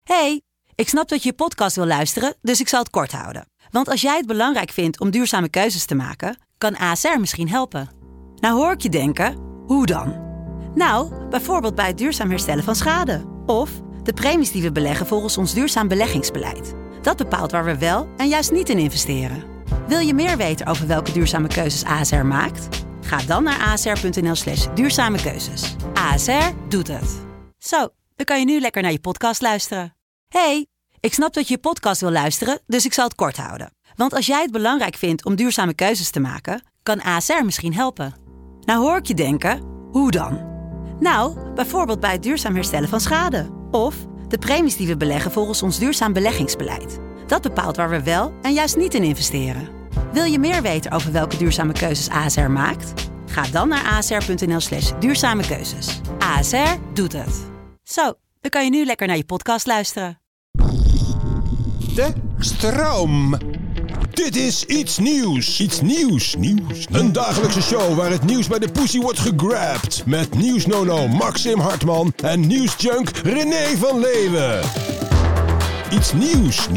Hey, ik snap dat je je podcast wil luisteren, dus ik zal het kort houden. Want als jij het belangrijk vindt om duurzame keuzes te maken, kan ASR misschien helpen. Nou hoor ik je denken, hoe dan? Nou, bijvoorbeeld bij het duurzaam herstellen van schade. Of de premies die we beleggen volgens ons duurzaam beleggingsbeleid. Dat bepaalt waar we wel en juist niet in investeren. Wil je meer weten over welke duurzame keuzes ASR maakt? Ga dan naar asr.nl/duurzame keuzes. ASR doet het. Zo, dan kan je nu lekker naar je podcast luisteren. Hey, ik snap dat je je podcast wil luisteren, dus ik zal het kort houden. Want als jij het belangrijk vindt om duurzame keuzes te maken, kan ASR misschien helpen. Nou hoor ik je denken, hoe dan? Nou, bijvoorbeeld bij het duurzaam herstellen van schade. Of de premies die we beleggen volgens ons duurzaam beleggingsbeleid. Dat bepaalt waar we wel en juist niet in investeren. Wil je meer weten over welke duurzame keuzes ASR maakt? Ga dan naar asr.nl/duurzame keuzes. ASR doet het. Zo, dan kan je nu lekker naar je podcast luisteren. De stroom. Dit is Iets Nieuws. Iets Nieuws. Een dagelijkse show waar het nieuws bij de poesie wordt gegrabt. Met nieuwsnono Maxim Hartman en nieuwsjunk René van Leeuwen. Iets Nieuws.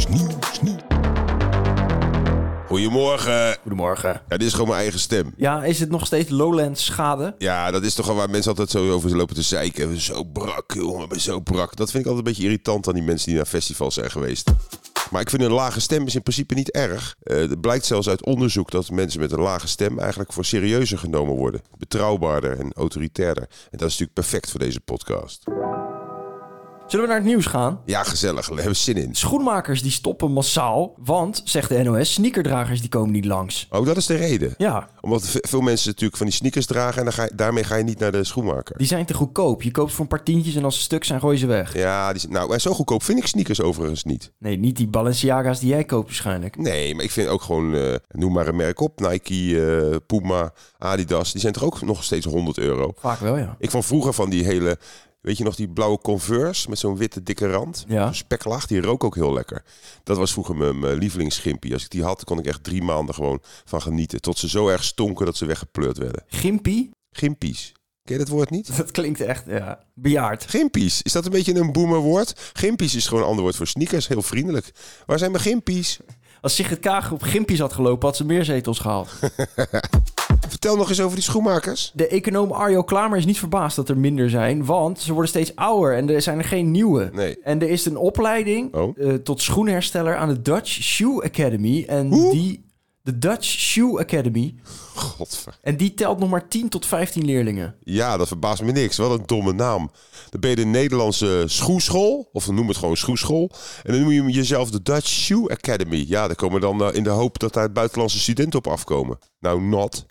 Goedemorgen. Goedemorgen. Ja, dit is gewoon mijn eigen stem. Ja, is het nog steeds Lowlands schade? Ja, dat is toch wel waar mensen altijd zo over lopen te zeiken. Zo brak, jongen, ben zo brak. Dat vind ik altijd een beetje irritant aan die mensen die naar festivals zijn geweest. Maar ik vind een lage stem is in principe niet erg. Het blijkt zelfs uit onderzoek dat mensen met een lage stem eigenlijk voor serieuzer genomen worden. Betrouwbaarder en autoritairder. En dat is natuurlijk perfect voor deze podcast. Zullen we naar het nieuws gaan? Ja, gezellig. Daar hebben we zin in. Schoenmakers die stoppen massaal, want, zegt de NOS, sneakerdragers die komen niet langs. Oh, dat is de reden? Ja. Omdat veel mensen natuurlijk van die sneakers dragen en daarmee ga je niet naar de schoenmaker. Die zijn te goedkoop. Je koopt voor een paar tientjes en als ze stuk zijn, gooi je ze weg. Ja, nou, zo goedkoop vind ik sneakers overigens niet. Nee, niet die Balenciaga's die jij koopt waarschijnlijk. Nee, maar ik vind ook gewoon, noem maar een merk op, Nike, Puma, Adidas. Die zijn toch ook nog steeds €100? Vaak wel, ja. Ik vond vroeger van die hele... Weet je nog die blauwe Converse met zo'n witte dikke rand? Ja. Zo'n speklaag, die rook ook heel lekker. Dat was vroeger mijn lievelingsgimpie. Als ik die had, kon ik echt 3 maanden gewoon van genieten. Tot ze zo erg stonken dat ze weggepleurd werden. Gimpie? Gimpies. Ken je dat woord niet? Dat klinkt echt, ja, bejaard. Gimpies. Is dat een beetje een boomerwoord? Gimpies is gewoon een ander woord voor sneakers. Heel vriendelijk. Waar zijn mijn gimpies? Als Sigrid Kaag op Gimpies had gelopen, had ze meer zetels gehaald. Vertel nog eens over die schoenmakers. De econoom Arjo Klamer is niet verbaasd dat er minder zijn, want ze worden steeds ouder en er zijn er geen nieuwe. Nee. En er is een opleiding tot schoenhersteller aan de Dutch Shoe Academy. En de Dutch Shoe Academy. Godver. En die telt nog maar 10 tot 15 leerlingen. Ja, dat verbaast me niks. Wat een domme naam. Dan ben je de Nederlandse schoeschool, of noem het gewoon schoeschool. En dan noem je jezelf de Dutch Shoe Academy. Ja, daar komen dan in de hoop dat daar buitenlandse studenten op afkomen. Nou, not.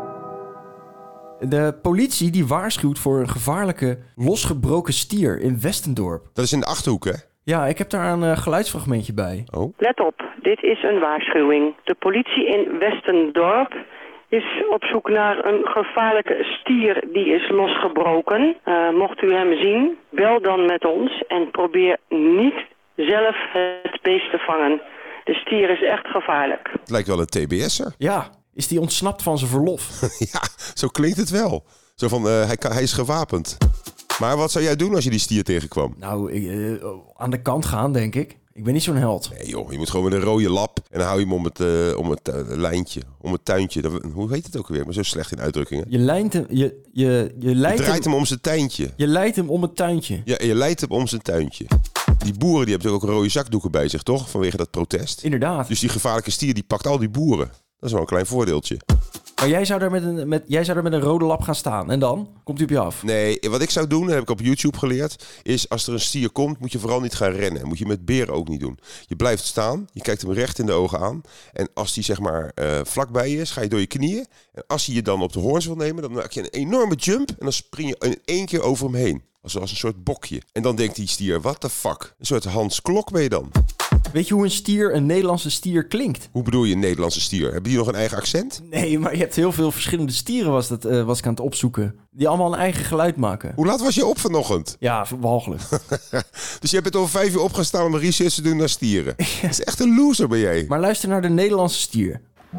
De politie die waarschuwt voor een gevaarlijke losgebroken stier in Westendorp. Dat is in de Achterhoek, hè? Ja, ik heb daar een geluidsfragmentje bij. Oh. Let op, dit is een waarschuwing. De politie in Westendorp is op zoek naar een gevaarlijke stier die is losgebroken. Mocht u hem zien, bel dan met ons en probeer niet zelf het beest te vangen. De stier is echt gevaarlijk. Het lijkt wel een TBS'er. Ja, is die ontsnapt van zijn verlof? Ja, zo klinkt het wel. Zo van, hij is gewapend. Maar wat zou jij doen als je die stier tegenkwam? Nou, aan de kant gaan, denk ik. Ik ben niet zo'n held. Nee joh, je moet gewoon met een rode lap en dan hou je hem om het lijntje, om het tuintje. Hoe heet het ook weer? Ik ben zo slecht in uitdrukkingen. Je lijnt hem, je draait hem om zijn tuintje. Je leidt hem om het tuintje. Ja, je leidt hem om zijn tuintje. Die boeren die hebben ook rode zakdoeken bij zich, toch? Vanwege dat protest. Inderdaad. Dus die gevaarlijke stier die pakt al die boeren. Dat is wel een klein voordeeltje. Maar jij zou daar met een rode lap gaan staan. En dan? Komt hij op je af? Nee, wat ik zou doen, dat heb ik op YouTube geleerd, is als er een stier komt, moet je vooral niet gaan rennen. Moet je met beren ook niet doen. Je blijft staan, je kijkt hem recht in de ogen aan. En als die zeg maar vlakbij je is, ga je door je knieën. En als hij je dan op de hoorns wil nemen, dan maak je een enorme jump. En dan spring je in 1 keer over hem heen. Als een soort bokje. En dan denkt die stier, what the fuck? Een soort Hans Klok ben je dan. Weet je hoe een Nederlandse stier klinkt? Hoe bedoel je een Nederlandse stier? Hebben die nog een eigen accent? Nee, maar je hebt heel veel verschillende stieren, was ik aan het opzoeken. Die allemaal een eigen geluid maken. Hoe laat was je op vanochtend? Ja, walgelijk. Dus je bent om 5 uur opgestaan om research te doen naar stieren. Ja. Dat is echt een loser ben jij. Maar luister naar de Nederlandse stier.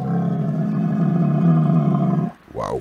Wauw.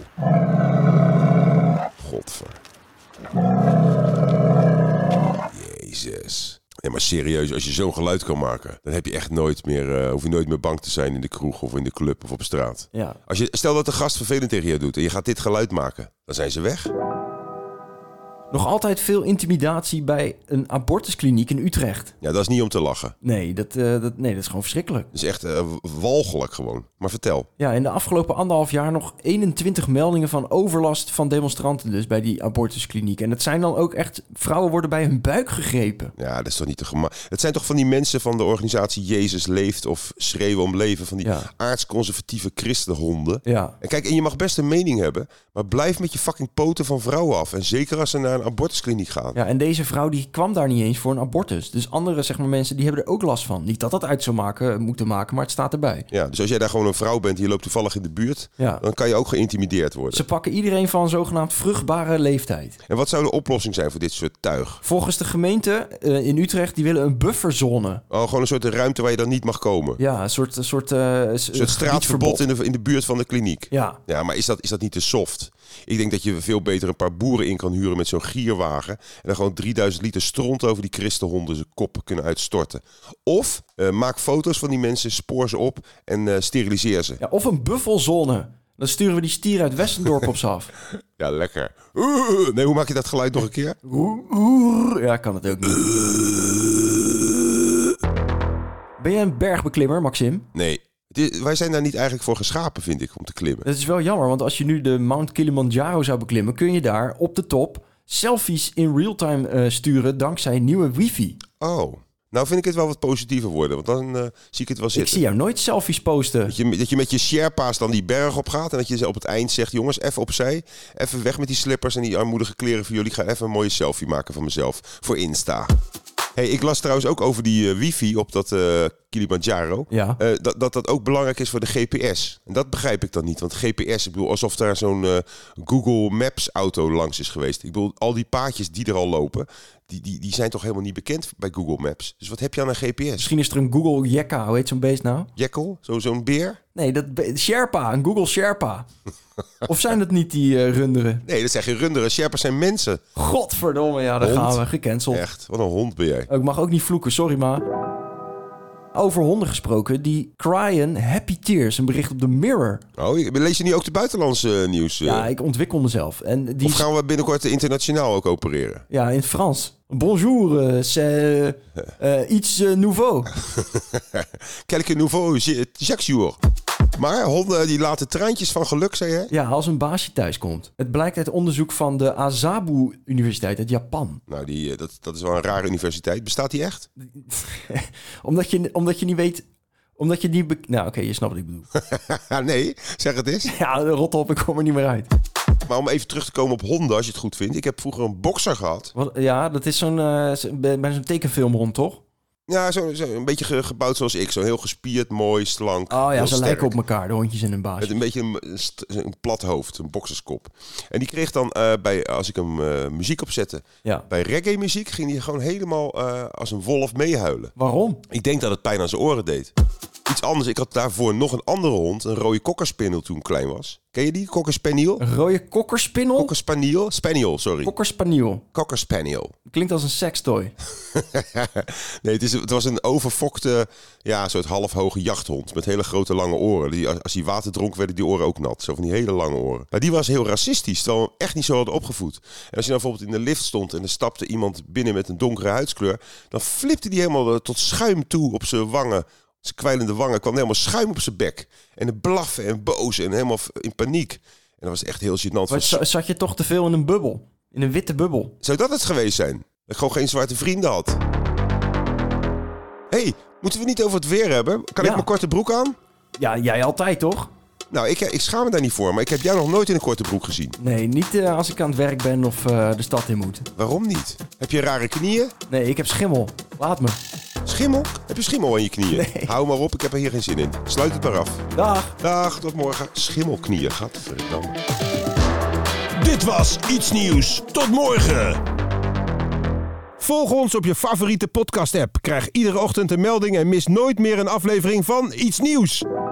Godver. Jezus. Nee, maar serieus, als je zo'n geluid kan maken, dan heb je echt nooit meer, hoef je nooit meer bang te zijn in de kroeg of in de club of op straat. Ja. Stel dat de gast vervelend tegen je doet en je gaat dit geluid maken, dan zijn ze weg. Nog altijd veel intimidatie bij een abortuskliniek in Utrecht. Ja, dat is niet om te lachen. Nee, dat is gewoon verschrikkelijk. Dat is echt walgelijk gewoon. Maar vertel. Ja, in de afgelopen 1,5 jaar nog 21 meldingen van overlast van demonstranten dus bij die abortuskliniek. En het zijn dan ook echt, vrouwen worden bij hun buik gegrepen. Ja, dat is toch niet te Het zijn toch van die mensen van de organisatie Jezus Leeft of Schreeuwen om Leven, van die aardsconservatieve christenhonden. Ja. En kijk, en je mag best een mening hebben, maar blijf met je fucking poten van vrouwen af. En zeker als ze naar een abortuskliniek gaan. Ja, en deze vrouw die kwam daar niet eens voor een abortus. Dus andere mensen die hebben er ook last van. Niet dat dat uit zou moeten maken, maar het staat erbij. Ja, dus als jij daar gewoon een vrouw bent en je loopt toevallig in de buurt, dan kan je ook geïntimideerd worden. Ze pakken iedereen van zogenaamd vruchtbare leeftijd. En wat zou de oplossing zijn voor dit soort tuig? Volgens de gemeente in Utrecht, die willen een bufferzone. Oh, gewoon een soort ruimte waar je dan niet mag komen. Ja, een soort straatverbod in de buurt van de kliniek. Ja. Ja, maar is dat niet te soft? Ik denk dat je veel beter een paar boeren in kan huren met zo'n gierwagen. En dan gewoon 3000 liter stront over die christenhonden zijn koppen kunnen uitstorten. Of maak foto's van die mensen, spoor ze op en steriliseer ze. Ja, of een buffelzone. Dan sturen we die stier uit Westendorp op ze af. Ja, lekker. Nee, hoe maak je dat geluid nog een keer? Ja, kan het ook niet. Ben je een bergbeklimmer, Maxim? Nee. Wij zijn daar niet eigenlijk voor geschapen, vind ik, om te klimmen. Dat is wel jammer, want als je nu de Mount Kilimanjaro zou beklimmen, kun je daar op de top selfies in real-time sturen dankzij nieuwe wifi. Oh, nou vind ik het wel wat positiever worden, want dan zie ik het wel zitten. Ik zie jou nooit selfies posten. Dat je met je Sherpa's dan die berg op gaat en dat je op het eind zegt, jongens, even opzij, even weg met die slippers en die armoedige kleren voor jullie. Ik ga even een mooie selfie maken van mezelf voor Insta. Hey, ik las trouwens ook over die wifi op dat Kilimanjaro. Ja. Dat ook belangrijk is voor de GPS. En dat begrijp ik dan niet. Want GPS, ik bedoel, alsof daar zo'n Google Maps auto langs is geweest. Ik bedoel, al die paadjes die er al lopen, die zijn toch helemaal niet bekend bij Google Maps. Dus wat heb je aan een GPS? Misschien is er een Google Jekka, hoe heet zo'n beest nou? Jekkel? Zo'n beer? Nee, Sherpa, een Google Sherpa. Of zijn dat niet die runderen? Nee, dat zijn geen runderen. Sherpa's zijn mensen. Godverdomme, ja, daar gaan we. Gecanceld. Echt, wat een hond ben jij. Ik mag ook niet vloeken, sorry maar. Over honden gesproken, die cryen happy tears, een bericht op de Mirror. Oh, lees je niet ook de buitenlandse nieuws? Ja, ik ontwikkel mezelf. En of gaan we binnenkort internationaal ook opereren? Ja, in het Frans. Bonjour, c'est iets nouveau. Quelque nouveau, chaque jour. Maar honden die laten traantjes van geluk, zei je? Ja, als een baasje thuis komt. Het blijkt uit onderzoek van de Asabu Universiteit uit Japan. Nou, dat is wel een rare universiteit. Bestaat die echt? Omdat je niet weet... Omdat je niet... Nou, oké, je snapt wat ik bedoel. Nee, zeg het eens. Ja, rot op, ik kom er niet meer uit. Maar om even terug te komen op honden, als je het goed vindt. Ik heb vroeger een bokser gehad. Ja, dat is bij zo'n tekenfilmhond, toch? Ja, een beetje gebouwd zoals ik. Zo heel gespierd, mooi, slank. Oh ja, ze lijken op elkaar, de hondjes en een baasje. Met een beetje een plat hoofd, een bokserskop. En die kreeg dan als ik hem muziek opzette, bij reggae muziek, ging hij gewoon helemaal als een wolf meehuilen. Waarom? Ik denk dat het pijn aan zijn oren deed. Iets anders, ik had daarvoor nog een andere hond, een rode kokkerspaniel toen ik klein was. Ken je die, kokkerspaniel? Een rode kokkerspaniel? Kokkerspaniel? Spaniel, sorry. Kokkerspaniel. Kokkerspaniel. Klinkt als een sekstooi. Nee, het was een overfokte, soort halfhoge jachthond met hele grote lange oren. Als hij water dronk, werden die oren ook nat. Zo van die hele lange oren. Maar die was heel racistisch, terwijl we hem echt niet zo hadden opgevoed. En als je nou bijvoorbeeld in de lift stond en er stapte iemand binnen met een donkere huidskleur, dan flipte die helemaal tot schuim toe op zijn wangen. Zijn kwijlende wangen, kwam helemaal schuim op zijn bek. En het blaffen en boos en helemaal in paniek. En dat was echt heel gênant. Maar zat je toch te veel in een bubbel? In een witte bubbel? Zou dat het geweest zijn? Dat ik gewoon geen zwarte vrienden had. Hey, moeten we niet over het weer hebben? Kan ik mijn korte broek aan? Ja, jij altijd toch? Nou, ik schaam me daar niet voor, maar ik heb jou nog nooit in een korte broek gezien. Nee, niet als ik aan het werk ben of de stad in moet. Waarom niet? Heb je rare knieën? Nee, ik heb schimmel. Laat me. Schimmel? Heb je schimmel aan je knieën? Nee. Hou maar op, ik heb er hier geen zin in. Sluit het maar af. Dag. Dag, tot morgen. Schimmelknieën, gadverdamme. Dit was Iets Nieuws. Tot morgen. Volg ons op je favoriete podcast-app. Krijg iedere ochtend een melding en mis nooit meer een aflevering van Iets Nieuws.